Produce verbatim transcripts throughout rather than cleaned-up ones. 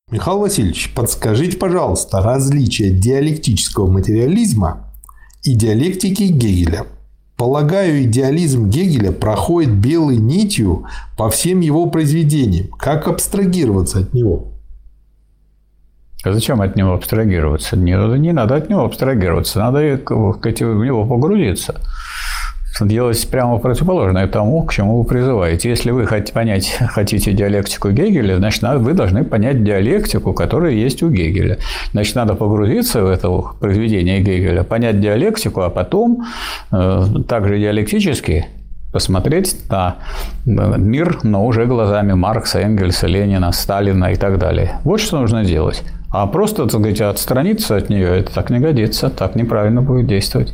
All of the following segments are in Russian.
Михаил Васильевич, подскажите, пожалуйста, различие диалектического материализма и диалектики Гегеля. Полагаю, идеализм Гегеля проходит белой нитью по всем его произведениям. Как абстрагироваться от него? А зачем от него абстрагироваться? Не, не надо от него абстрагироваться, надо в него погрузиться. Делать прямо противоположное тому, к чему вы призываете. Если вы хотите понять, хотите диалектику Гегеля, значит, вы должны понять диалектику, которая есть у Гегеля. Значит, надо погрузиться в это произведение Гегеля, понять диалектику, а потом э, также диалектически посмотреть на мир, но уже глазами Маркса, Энгельса, Ленина, Сталина и так далее. Вот что нужно делать. А просто, так сказать, отстраниться от нее, это так не годится, так неправильно будет действовать.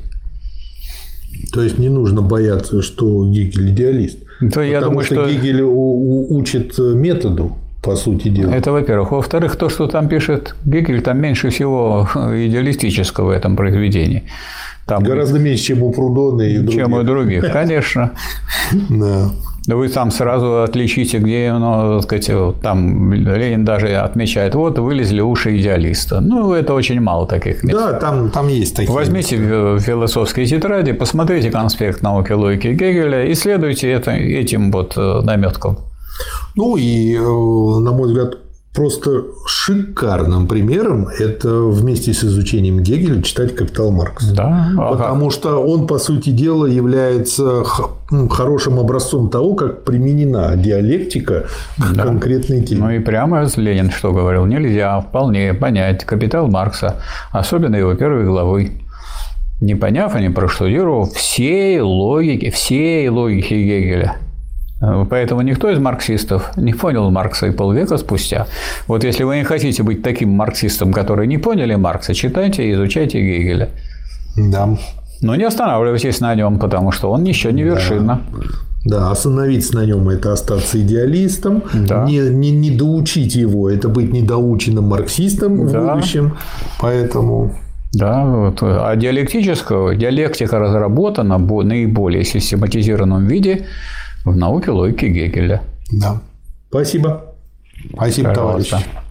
То есть не нужно бояться, что Гегель идеалист. То я Потому думаю, что, что Гегель учит методу, по сути дела. Это, во-первых. Во-вторых, то, что там пишет Гегель, там меньше всего идеалистического в этом произведении. Там гораздо меньше, чем у Прудона и других. Чем у других, конечно. Да. Вы там сразу отличите, где, ну, так сказать, там Ленин даже отмечает, вот вылезли уши идеалиста. Ну, это очень мало таких мест. Да, там, там есть такие. Возьмите места. Философские тетради, посмотрите конспект науки логики Гегеля, исследуйте это, этим вот наметком. Ну и, на мой взгляд, просто шикарным примером это вместе с изучением Гегеля читать «Капитал Маркса». Да, потому ага. что он, по сути дела, является хорошим образцом того, как применена диалектика к да. конкретной теме. Ну и прямо Ленин что говорил? Нельзя вполне понять «Капитал Маркса», особенно его первой главы, не поняв и не проштудировав всей логики, всей логики Гегеля. Поэтому никто из марксистов не понял Маркса и полвека спустя. Вот если вы не хотите быть таким марксистом, который не поняли Маркса, читайте и изучайте Гегеля. Да. Но не останавливайтесь на нем, потому что он еще не вершина. Да, да, остановиться на нем – это остаться идеалистом, да. не, не, не доучить его – это быть недоученным марксистом да. в будущем. Поэтому… Да, вот. А диалектического, диалектика разработана в наиболее систематизированном виде в науке логики Гегеля. Да. Спасибо. Спасибо, Пожалуйста. товарищи.